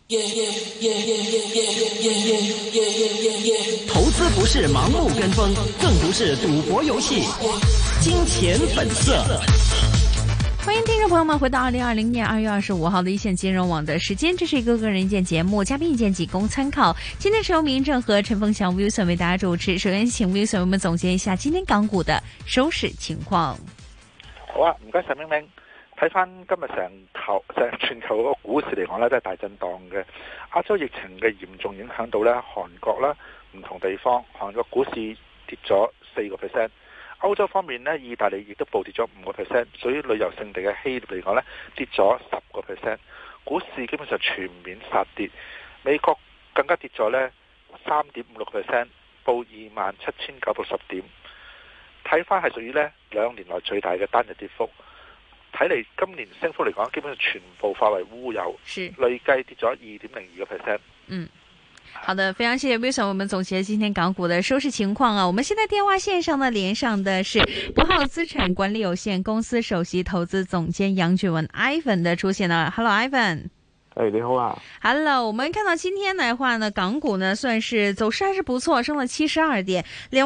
投资不是盲目跟风，更不是赌博游戏。金钱本色。 欢迎听众朋友们回到2020年2月25号的一线金融网的时间，这是一个个人意见节目，嘉宾意见仅供参考。今天是由明正和陈凤祥 Wilson 为大家主持。首先请 Wilson 为我们总结一下今天港股的收市情况。 好啊，唔該晒明明。睇翻今日成全球嗰個股市嚟講咧，都係大震盪嘅。亞洲疫情嘅嚴重影響到咧韓國啦，唔同地方，韓國股市跌咗4%。歐洲方面呢，意大利亦都暴跌咗5%，屬於旅遊勝地嘅希臘嚟講呢，跌咗10%。股市基本上全面殺跌，美國更加跌咗呢3.56%，報27,960點。睇翻係屬於呢2年來最大嘅單日跌幅。睇嚟今年升幅嚟講，基本上全部化為烏有，累計跌咗2.02%。 好的，非常謝謝 Wilson， 我們總結今天港股的收市情況啊。我們現在電話線上呢連上的是博浩資產管理有限公司首席投資總監楊俊文 Ivan 的出現了。Hello Ivan。 你好啊 Hello， 我們看到今天的話呢，港股呢算是走勢還是不錯，升了72點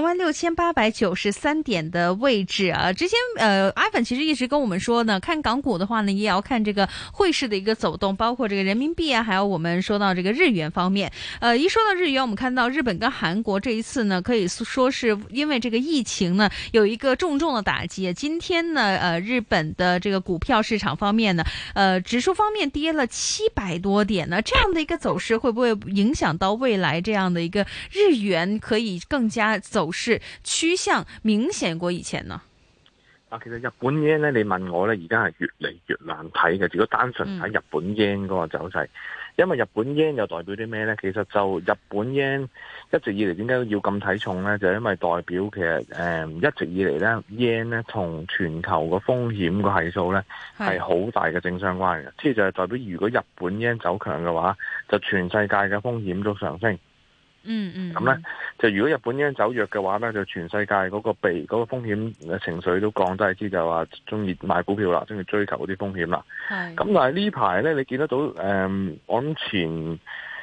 ，26,893點的位置啊。之前Ivan 其實一直跟我們說呢，看港股的話呢，也要看這個匯市的一個走動，包括這個人民幣啊，還有我們說到這個日元方面。一說到日元，我們看到日本跟韓國這一次呢，可以說是因為這個疫情呢有一個重重的打擊。今天呢，日本的這個股票市場方面呢，指數方面跌了700多點呢，這樣的一個走勢會不會影響到未來這樣的一個日元可以更加走勢趨向明顯過以前呢？ 其實日本 yen 呢，你問我呢，而家係越嚟越難睇嘅。如果單純睇日本 yen 嗰個走勢，因為日本 yen 又代表啲咩呢？其實就日本 yen 一直以嚟點解要咁睇重呢？就因為代表其實一直以嚟呢 yen 呢同全球個風險個係數呢係好大嘅正相關嘅，即係就係代表如果日本 yen 走強嘅話，就全世界嘅風險都上升。咁咧就如果日本 yen 走弱嘅話咧，就全世界嗰個嗰個風險情緒都降低，就話中意買股票啦，中意追求嗰啲風險啦。咁但係呢排咧，你見得到我諗前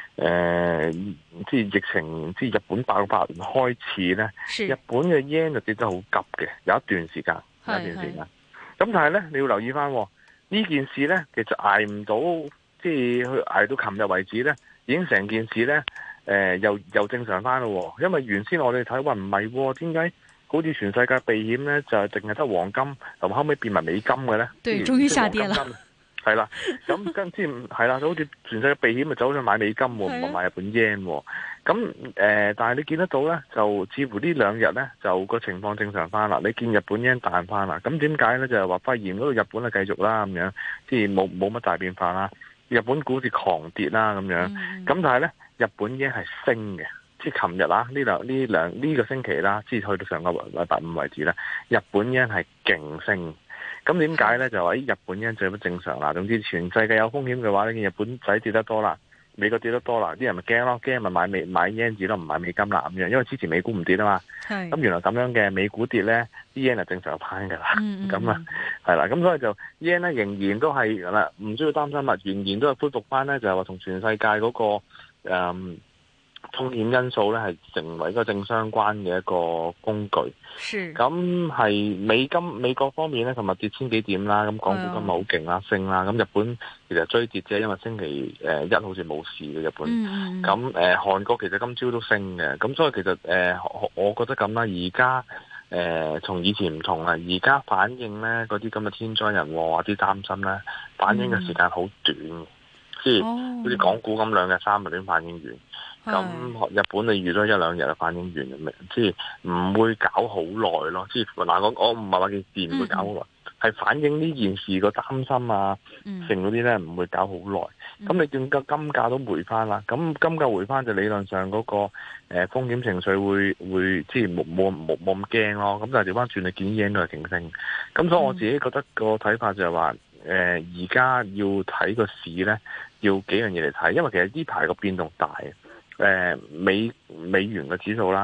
即係疫情，即係日本爆發開始咧，日本嘅 yen 就跌得好急嘅，有一段時間。咁但係咧，你要留意翻呢件事咧，其實捱唔到，即係去捱到琴日為止咧，已經成件事咧。又正常翻咯，因為原先我哋睇話唔係，點解好似全世界避險咧就係淨係得黃金，同後尾變埋美金嘅咧？ 對，終於下跌啦。 係啦，咁跟住係啦，好似全世界避險咪走去買美金喎，唔係買日本 yen 喎。咁但係你見得到咧，就似乎呢兩日咧就個情況正常翻啦。你見日本 yen 彈翻啦，咁點解咧？就係話肺炎嗰度日本啊繼續啦咁樣，即係冇乜大變化啦。日本股市狂跌啦咁樣，咁但係咧。日本 yen 係升嘅，即係琴日啦，呢個星期啦，至去到上個禮拜5為止啦，日本 yen 係勁升。咁點解咧？就話日本 yen 最不正常啦。總之全世界有風險嘅話咧，日本仔跌得多啦，美國跌得多啦，啲人咪驚咯，驚咪買 yen 紙咯，唔買美金啦咁樣。因為之前美股唔跌啊嘛，咁原來咁樣嘅美股跌咧，啲 yen 係正常翻噶啦。咁啊係啦，咁所以就 yen 咧仍然都係啦，唔需要擔心啦，仍然都係恢復翻咧，就係話同全世界嗰個。風險因素咧係成為一個正相關嘅一個工具。咁係美國方面咧，琴日跌千幾點啦，咁港股今日好勁啦，升啦。咁日本其實追跌啫，因為星期一好似冇事嘅日本。咁韓國其實今朝都升嘅。咁所以其實我覺得咁啦，而家同以前唔同啦，而家反應咧嗰啲咁嘅天災人禍啊啲擔心咧，反應嘅時間好短。即係好似港股咁2日3日點反應完，咁日本你預咗1-2日就反應完，即係唔會搞好耐咯。即係嗱，我唔係話件事唔會搞好耐，係反映呢件事個擔心啊，成嗰啲咧唔會搞好耐。咁你見個金價都回翻啦，咁金價回翻就理論上嗰個風險情緒會即係冇咁驚咯。咁但係調翻轉你見 yen 都係勁升，咁所以我自己覺得個睇法就係話，而家要睇個市咧。要幾樣嘢嚟睇，因為其實呢排個變動大，美元嘅指數啦，日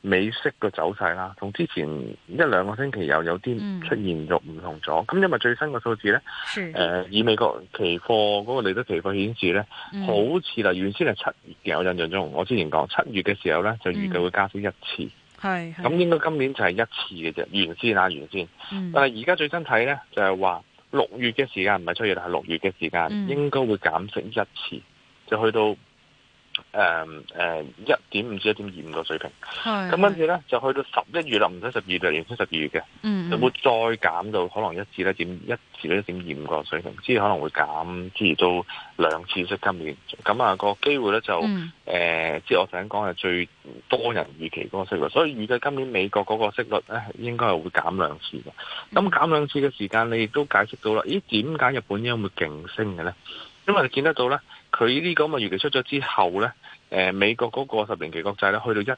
美息個走勢啦，同之前一兩個星期又有啲出現咗唔同咗。咁因為最新個數字咧，以美國期貨嗰個利率期貨顯示咧，好似啦，原先係7月嘅，我印象中，我之前講7月嘅時候咧，就預計會加息1次。咁應該今年就係1次嘅啫，原先。但係而家最新睇咧，就係話6月嘅時間唔係7月，係6月嘅時間，應該會減息1次，就去到1.5至1.25個水平。咁跟住咧就去到11月啦，唔使12月，原先12月嘅，就會再減到可能1至1.25個水平，之後可能會減之到2次息今年。咁啊個機會咧就即係我想講係最多人預期嗰個息率，所以預計今年美國嗰個息率咧應該係會減2次嘅。咁減2次嘅時間，你亦都解釋到啦。咦，點解日本央會勁升嘅咧？因為你見得到咧，佢呢啲咁嘅預期出咗之後咧，美國嗰個10年期國債咧去到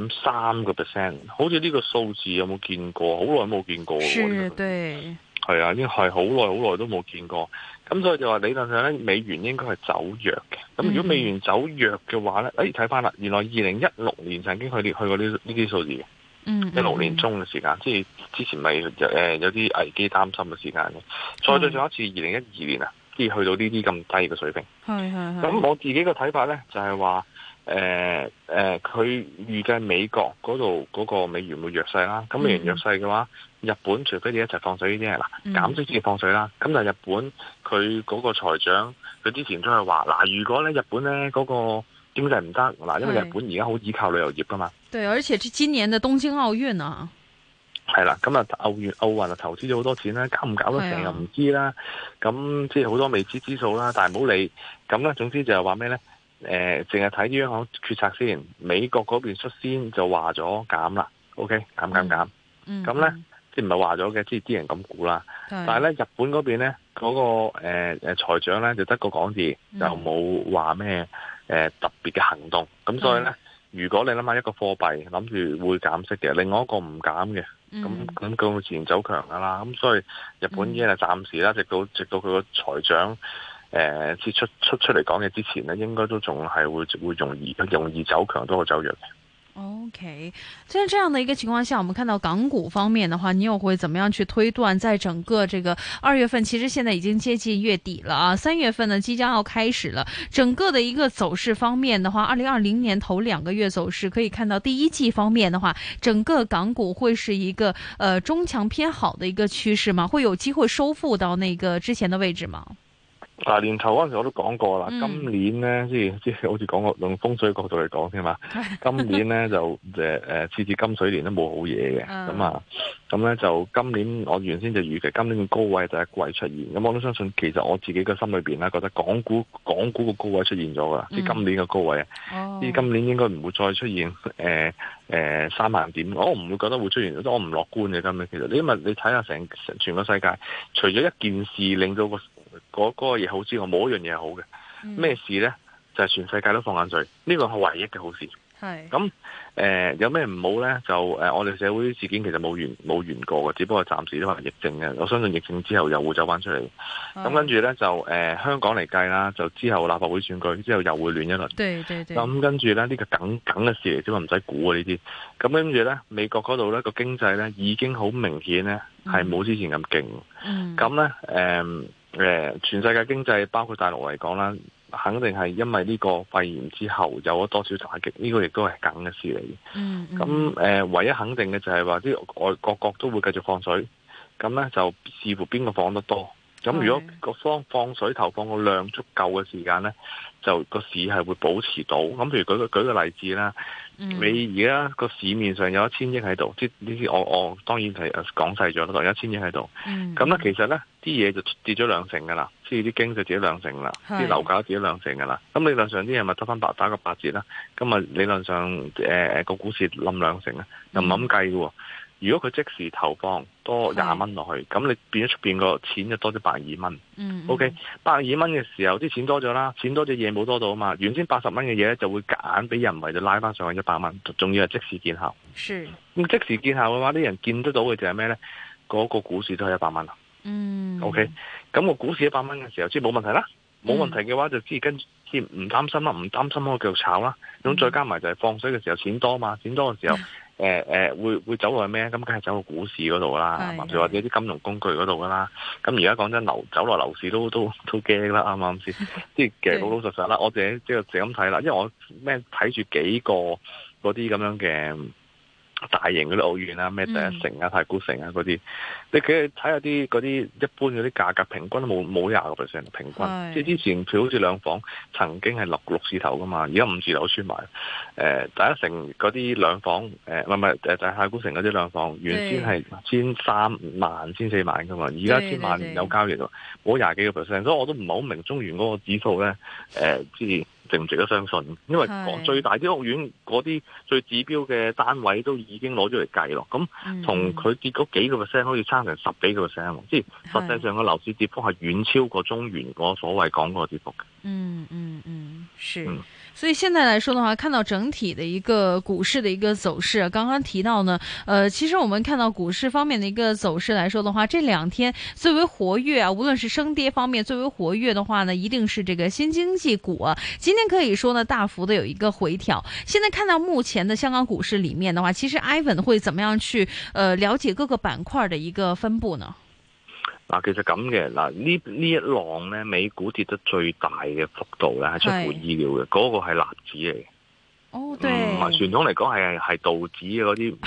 1.3%， 好似呢個數字有冇見過？好耐冇見過喎。 對。 係啊，已經係好耐都冇見過。咁所以就話理論上咧，美元應該係走弱嘅。咁如果美元走弱嘅話咧，睇翻啦，原來2016年曾經去過呢啲數字嘅。16年中嘅時間，即係之前咪有啲危機擔心嘅時間嘅。再對上一次2012年啊。去到呢啲咁低嘅水平，咁我自己嘅睇法咧就係話，佢預計美國嗰度嗰個美元會弱勢啦。咁美元弱勢嘅話，日本除非你一齊放水呢啲係減息先放水啦。咁但係日本佢嗰個財長佢之前都係話，如果咧日本咧嗰個經濟唔得，因為日本而家好依靠旅遊業噶嘛。 對，而且今年嘅東京奧運啊。 係啦，咁啊奧運啊投資咗好多錢啦，搞唔搞得成又唔知啦，咁即係好多未知之數啦，但係唔好理，咁咧總之就係話咩咧？淨係睇央行決策先，美國嗰邊率先就話咗減啦 ，OK 減，咁咧即係唔係話咗嘅，即係啲人咁估啦。但係咧日本嗰邊咧嗰個財長咧就得個講字，就冇話咩特別嘅行動，咁所以咧。如果你諗下一個貨幣諗住會減息嘅，另外一個唔減嘅，咁佢會自然走強噶啦。咁所以日本已經係暫時啦，直到佢個財長出嚟講嘢之前咧，應該都仲係會容易走強多過走弱嘅。 OK， 在這樣的一個情況下，我們看到港股方面的話，你又會怎麼樣去推斷？在整個這個2月份，其實現在已經接近月底了啊，3月份呢即將要開始了。整個的一個走勢方面的話，2020年頭2個月走勢，可以看到第一季方面的話，整個港股會是一個中強偏好的一個趨勢嗎？會有機會收復到那個之前的位置嗎？ 年頭嗰陣時我都講過啦，今年咧即係好似講過用風水角度嚟講添嘛，今年咧就次金水年都冇好嘢嘅，咁咧就今年我原先就預期今年嘅高位第一季出現，咁我都相信其實我自己嘅心裏邊咧覺得港股嘅高位出現咗噶啦，即係今年嘅高位啊，即係今年應該唔會再出現3萬點，我唔會覺得會出現，我唔樂觀嘅今年其實，因為你睇下全個世界，除咗一件事令到嗰個嘢好之外，冇一樣嘢係好嘅。咩事咧？就係全世界都放眼水，呢個係唯一嘅好事。咁有咩唔好咧？就我哋社會事件其實冇完過嘅，只不過暫時都係疫症嘅。我相信疫症之後又會走翻出嚟。咁跟住咧就香港嚟計啦，就之後立法會選舉之後又會亂一輪。對。咁跟住咧呢個梗嘅事嚟，只不過唔使估啊呢啲。咁跟住咧美國嗰度咧個經濟咧已經好明顯咧係冇之前咁勁。咁咧全世界經濟包括大陸嚟講啦，肯定係因為呢個肺炎之後有咗多少打擊，呢個亦都係梗嘅事嚟嘅。咁唯一肯定嘅就係話啲外國國都會繼續放水，咁咧就視乎邊個放得多。咁如果個方放水投放個量足夠嘅時間咧，就個市係會保持到。咁譬如舉個例子啦，你而家個市面上有1000億喺度，即係呢啲我當然係講細咗啦，有1000億喺度。咁咧其實咧啲嘢就跌咗2成噶啦，即係啲經濟跌咗2成啦，啲樓價跌咗2成噶啦。咁理論上啲嘢咪得翻打個8折啦。咁啊理論上個股市冧2成啊，又唔係咁計嘅喎。如果佢即時投放多20蚊落去，咁你變咗出邊個錢就多咗120蚊。OK， 120蚊嘅時候啲錢多咗啦，錢多咗嘢冇多到啊嘛。原先80蚊嘅嘢咧就會夾硬俾人為就拉翻上去100蚊，仲要係即時見效。咁即時見效嘅話，啲人見得到嘅就係咩咧？嗰個股市都係100蚊啊。OK， 咁個股市100蚊嘅時候，即係冇問題啦。冇問題嘅話就唔擔心啦，唔擔心可以繼續炒啦。咁再加埋就係放水嘅時候錢多嘛，錢多嘅時候會走落去咩？咁梗係走到股市嗰度啦，或者啲金融工具嗰度噶啦。咁而家講真，走落樓市都驚啦，啱唔啱先？即係其實老老實實啦，我自己即係咁睇啦，因為我睇住幾個嗰啲咁樣嘅大型嗰啲澳苑啊，咩第一城啊、太古城啊嗰啲，你其實睇下啲嗰啲一般嗰啲價格平均都冇20%平均，即係之前佢好似兩房曾經係六字頭噶嘛，而家5字頭穿埋。第一城嗰啲兩房唔係就係太古城嗰啲兩房，原先係13萬、14萬噶嘛，而家1000萬有交易喎，冇20幾個%，所以我都唔係好明中原嗰個指數咧，值唔值得相信？因為最大啲屋苑嗰啲最指標嘅單位都已經攞咗嚟計咯，咁同佢跌嗰幾個%，好似差成10幾個%，即係實際上個樓市跌幅係遠超過中原嗰所謂講嗰個跌幅嘅。 是。所以現在來說的話，看到整體的一個股市的一個走勢，剛剛提到呢，其實我們看到股市方面的一個走勢來說的話，這兩天最為活躍啊，無論是升跌方面最為活躍的話呢，一定是這個新經濟股啊。今天可以說呢，大幅的有一個回調。現在看到目前的香港股市裏面的話，其實 Ivan 會怎麼樣去了解各個板塊的一個分布呢？ 嗱，其實咁嘅，嗱呢一浪咧，美股跌得最大嘅幅度咧，係出乎意料嘅，嗰個係納指嚟嘅。哦，對，唔係傳統嚟講係道指嘅嗰啲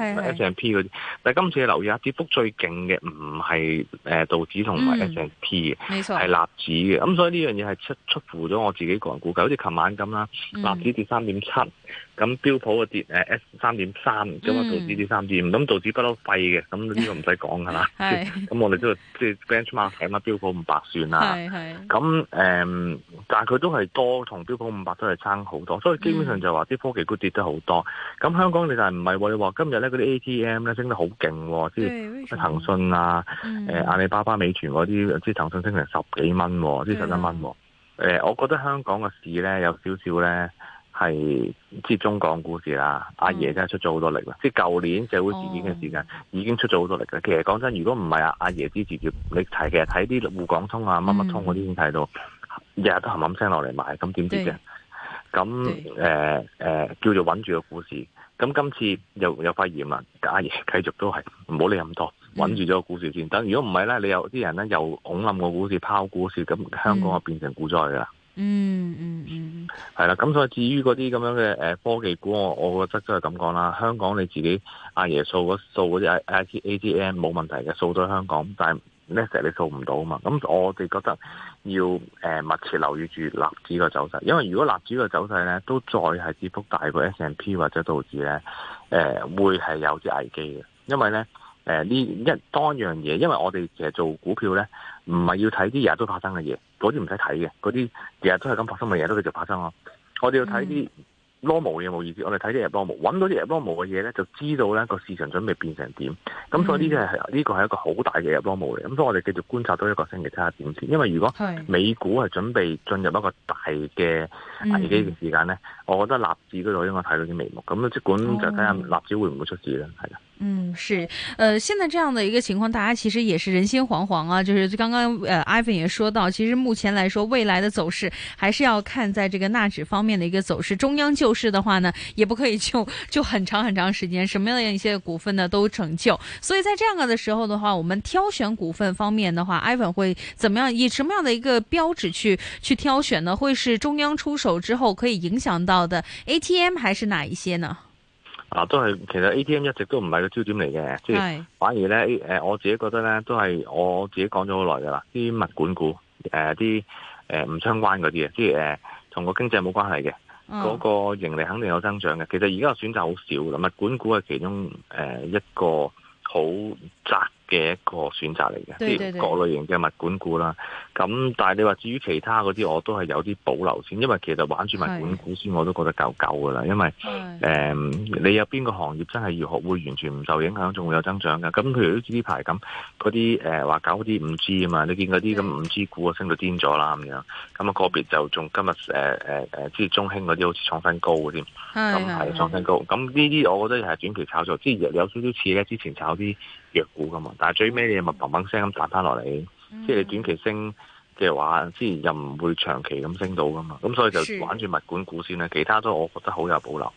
，S&P 嗰啲，但係今次你留意下，跌幅最勁嘅唔係道指同埋 S&P 嘅，係納指嘅。咁所以呢樣嘢係出乎咗我自己個人估計，好似琴晚咁啦，納指跌3.7。咁標普嘅跌3.3，咁啊道指跌3.5，咁道指不嬲廢嘅，咁呢個唔使講噶啦。咁我哋都即係 benchmark 睇嘛，標普500算啦。咁但係佢都係多同標普500都係差好多，所以基本上就話啲科技股跌得好多。咁香港你就係唔係喎？你話今日咧嗰啲 ATM 咧升得好勁喎，即係騰訊啊、阿里巴巴、美團嗰啲，即係騰訊升成10幾蚊，即係11蚊。我覺得香港嘅市咧有少少咧。係即係中港股市啦，阿爺真係出咗好多力啦！即係舊年社會事件嘅時間已經出咗好多力啦。其實講真，如果唔係阿爺支持住，你其實睇啲滬港通啊、乜乜通嗰啲已經睇到，日日都冚冚聲落嚟買，咁點知啫？咁叫做穩住個股市。咁今次又有肺炎啦，阿爺繼續都係唔好理咁多，穩住咗個股市先。等如果唔係咧，你有啲人咧又拱冧個股市、拋股市，咁香港就變成股災噶啦。係啦，咁所以至於嗰啲咁樣嘅科技股，我覺得都係咁講啦。香港你自己阿爺掃嗰啲 ATM 冇問題嘅，掃到香港，但係呢成日你掃唔到啊嘛。咁我哋覺得要密切留意住納指個走勢，因為如果納指個走勢咧都再係跌幅大過 S&P 或者道指咧，會係有啲危機嘅，因為咧。當樣嘢，因為我哋其實做股票咧，唔係要睇啲日日都發生嘅嘢，嗰啲唔使睇嘅，嗰啲日日都係咁發生嘅嘢都繼續發生咯。我哋要睇啲 normal 嘅嘢冇意思，我哋睇啲 abnormal，揾到啲 abnormal 嘅嘢咧，就知道咧個市場準備變成點。咁所以呢個係一個好大嘅 abnormal 嚟。咁所以我哋繼續觀察多一個星期睇下點先。因為如果美股係準備進入一個大嘅危機嘅時間咧，我覺得納指嗰度應該睇到啲眉目。咁即管就睇下納指會唔會出事咧，係啦。 是，現在這樣的一個情況，大家其實也是人心惶惶啊。就是剛剛Ivan 也說到，其實目前來說，未來的走勢還是要看在這個納指方面的一個走勢。中央救市的話呢，也不可以就很長很長時間，什麼樣的一些股份呢都拯救。所以在這樣的時候的話，我們挑選股份方面的話，Ivan 會怎麼樣，以什麼樣的一個標準去挑選呢？會是中央出手之後可以影響到的 ATM，還是哪一些呢？ 都係，其實 ATM 一直都唔係個焦點嚟嘅，即係反而咧，我自己覺得咧，都係我自己講咗好耐噶啦，啲物管股，啲唔相關嗰啲啊，即係同個經濟冇關係嘅，嗰個盈利肯定有增長嘅。其實而家個選擇好少啦，物管股係其中一個好窄嘅一個選擇嚟嘅，即係各類型嘅物管股啦。咁但係你話至於其他嗰啲，我都係有啲保留先，因為其實玩住物管股先，我都覺得夠噶啦。因為你有邊個行業真係要學會完全唔受影響，仲會有增長嘅？咁譬如好似呢排咁，嗰啲話搞啲 5G 啊嘛，你見嗰啲咁 5G 股啊升到癲咗啦咁樣。咁啊個別就仲今日即係中興嗰啲好似創新高嗰啲，咁係創新高。咁呢啲我覺得係短期炒作，即係有少少似咧之前炒啲弱股噶嘛。但係最尾你又咪砰砰聲咁彈翻落嚟，即係你短期升嘅話，之前又唔會長期咁升到噶嘛。咁所以就玩住物管股先啦，其他都我覺得好有保留。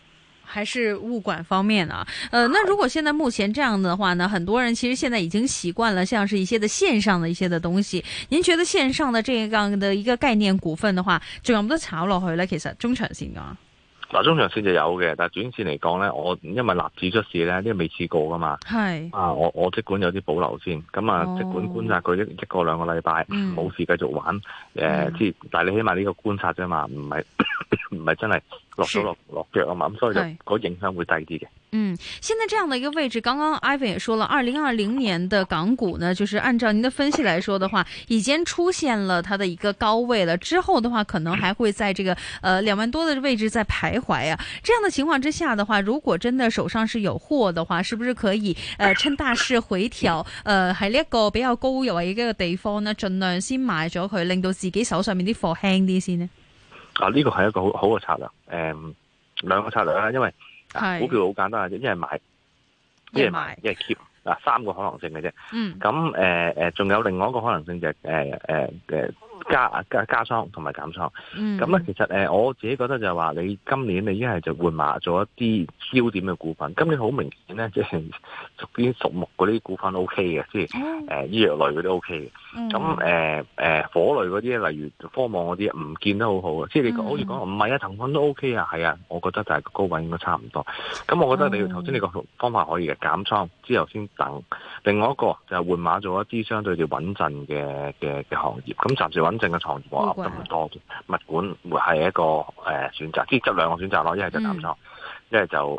还是物管方面啊，那如果现在目前这样的话呢，很多人其實現在已經習慣了，像是一些的線上的一些的東西。您覺得線上的這樣的一個概念股份的話，仲有冇得炒落去呢？其實中長線㗎。 嗱，中長線就有嘅，但係短線嚟講咧，我因為納指出事咧，呢個未試過噶嘛。係啊，我即管有啲保留先，咁啊，即管觀察佢一個兩個禮拜，冇事繼續玩。但係你起碼呢個觀察啫嘛，唔係真係落咗落腳啊嘛，咁所以就個影響會低啲嘅。 現在這樣的一個位置，剛剛 Ivan 也說了，2020年的港股呢，就是按照您的分析來說的話，已經出現了它的一個高位了。之後的話，可能還會在這個2萬多的位置在徘徊啊。這樣的情況之下的話，如果真的手上是有貨的話，是不是可以趁大市回調，喺呢一個比較高位嘅一個地方呢，盡量先買咗佢，令到自己手上面啲貨輕啲先呢？ 呢個係一個好嘅策略，兩個策略啦，因為股票好簡單嘅啫，一係買，一係賣，一係 keep，嗱3個可能性嘅啫。咁仲有另外一個可能性就係加倉同埋減倉。咁咧其實我自己覺得就係話，你今年你一係就換馬做一啲焦點嘅股份。今年好明顯咧，即係屬於屬木嗰啲股份 O K 嘅，即係醫藥類嗰啲 O K 嘅。咁火類嗰啲，例如科網嗰啲，唔見得好好嘅。即係你好似講唔係啊，騰訊都 O K 啊，係啊，我覺得就係個高位應該差唔多。咁我覺得你頭先你個方法可以嘅，減倉之後先等。另外一個就係換馬做一啲相對要穩陣嘅行業。咁暫時穩陣嘅行業我噏得唔多嘅，物管會係一個選擇，即係得兩個選擇咯，一係就減倉，一係就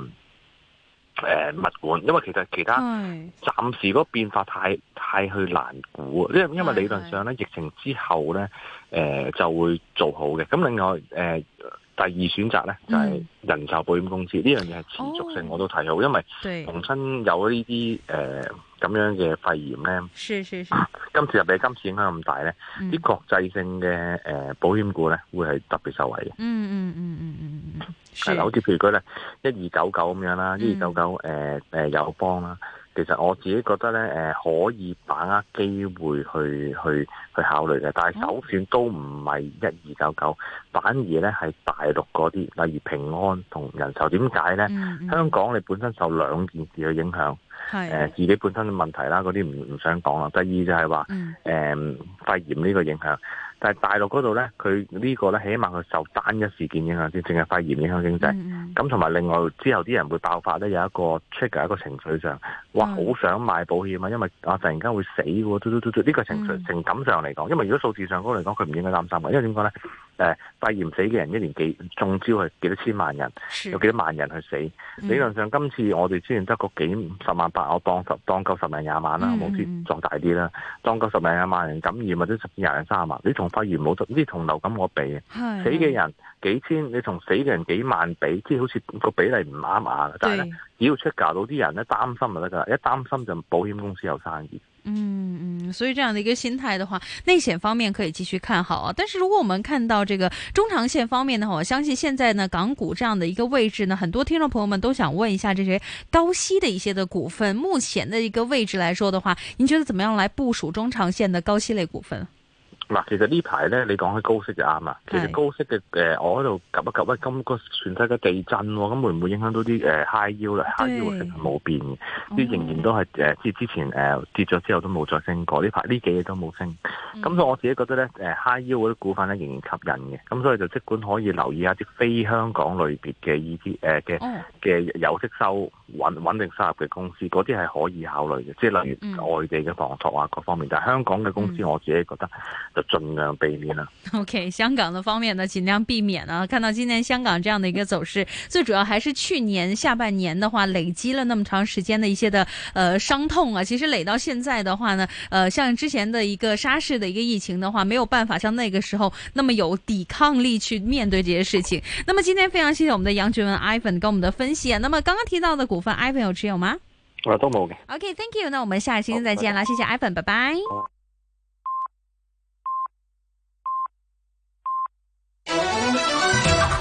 物管，因為其他暫時嗰個變化太去難估，因為理論上咧疫情之後咧就會做好嘅。咁另外第二選擇咧就係人壽保險公司，呢樣嘢係持續性我都睇好，因為重新有呢啲咁樣嘅肺炎咧，今次影響咁大咧，啲國際性嘅保險股咧會係特別受惠嘅。係啦，好似譬如佢咧1299咁樣啦，1299友邦啦。其實我自己覺得咧，可以把握機會去考慮嘅，但係首選都唔係1299，反而咧係大陸嗰啲，例如平安同人壽。點解咧？香港你本身受兩件事嘅影響，自己本身嘅問題啦，嗰啲唔想講啦。第二就係話肺炎呢個影響。但係大陸嗰度咧，佢呢個咧起碼佢受單一事件影響先，淨係肺炎影響經濟。咁同埋另外之後啲人會爆發咧，有一個 trigger 一個情緒上，哇，好想買保險啊，因為突然間會死喎，呢個情感上嚟講，因為如果數字上高嚟講，佢唔應該擔心嘅，因為點講咧？肺炎死嘅人一年中招係幾多千萬人，有幾多萬人去死。理論上今次我哋之前得個10萬8，我當夠10萬20萬啦，冇知壯大啲啦，當夠10萬20萬人感染或者10幾20人30萬，你同肺炎冇得，呢同流感我比嘅，死嘅人幾千，你同死嘅人幾萬比，即係好似個比例唔啱嘅。但係咧，只要出價到啲人咧擔心就得噶，一擔心就保險公司有生意。 所以這樣的一個心態的話，內險方面可以繼續看好啊。但是如果我們看到這個中長線方面的話，我相信現在呢港股這樣的一個位置呢，很多聽眾朋友們都想問一下這些高息的一些的股份，目前的一個位置來說的話，您覺得怎麼樣來部署中長線的高息類股份？ 嗱，其實呢排咧，你講開高息就啱啦。其實高息嘅我喺度及一及，今個全世界地震喎，咁會唔會影響到啲high yield 咧？high yield 成冇變嘅，啲仍然都係即係之前跌咗之後都冇再升過。呢排呢幾日都冇升，咁所以我自己覺得咧high yield 嗰啲股份咧仍然吸引嘅，咁所以就即管可以留意一啲非香港類別嘅呢啲嘅有息收穩定收入嘅公司，嗰啲係可以考慮嘅，即係例如外地嘅房託啊各方面，但係香港嘅公司我自己覺得就盡量避免啦。 OK， 香港的方面呢，盡量避免啊。看到今年香港這樣的一個走勢，最主要還是去年下半年的話，累積了那麼長時間的一些的傷痛啊。其實累到現在的話呢，像之前的一個沙士的一個疫情的話，沒有辦法像那個時候那麼有抵抗力去面對這些事情。那麼今天非常謝謝我們的楊俊文 Ivan 跟我們的分析啊。那麼剛剛提到的股份 Ivan 有持有嗎？ 都冇嘅。 OK，Thank you。那我們下一期再見啦，謝謝 Ivan， 拜拜。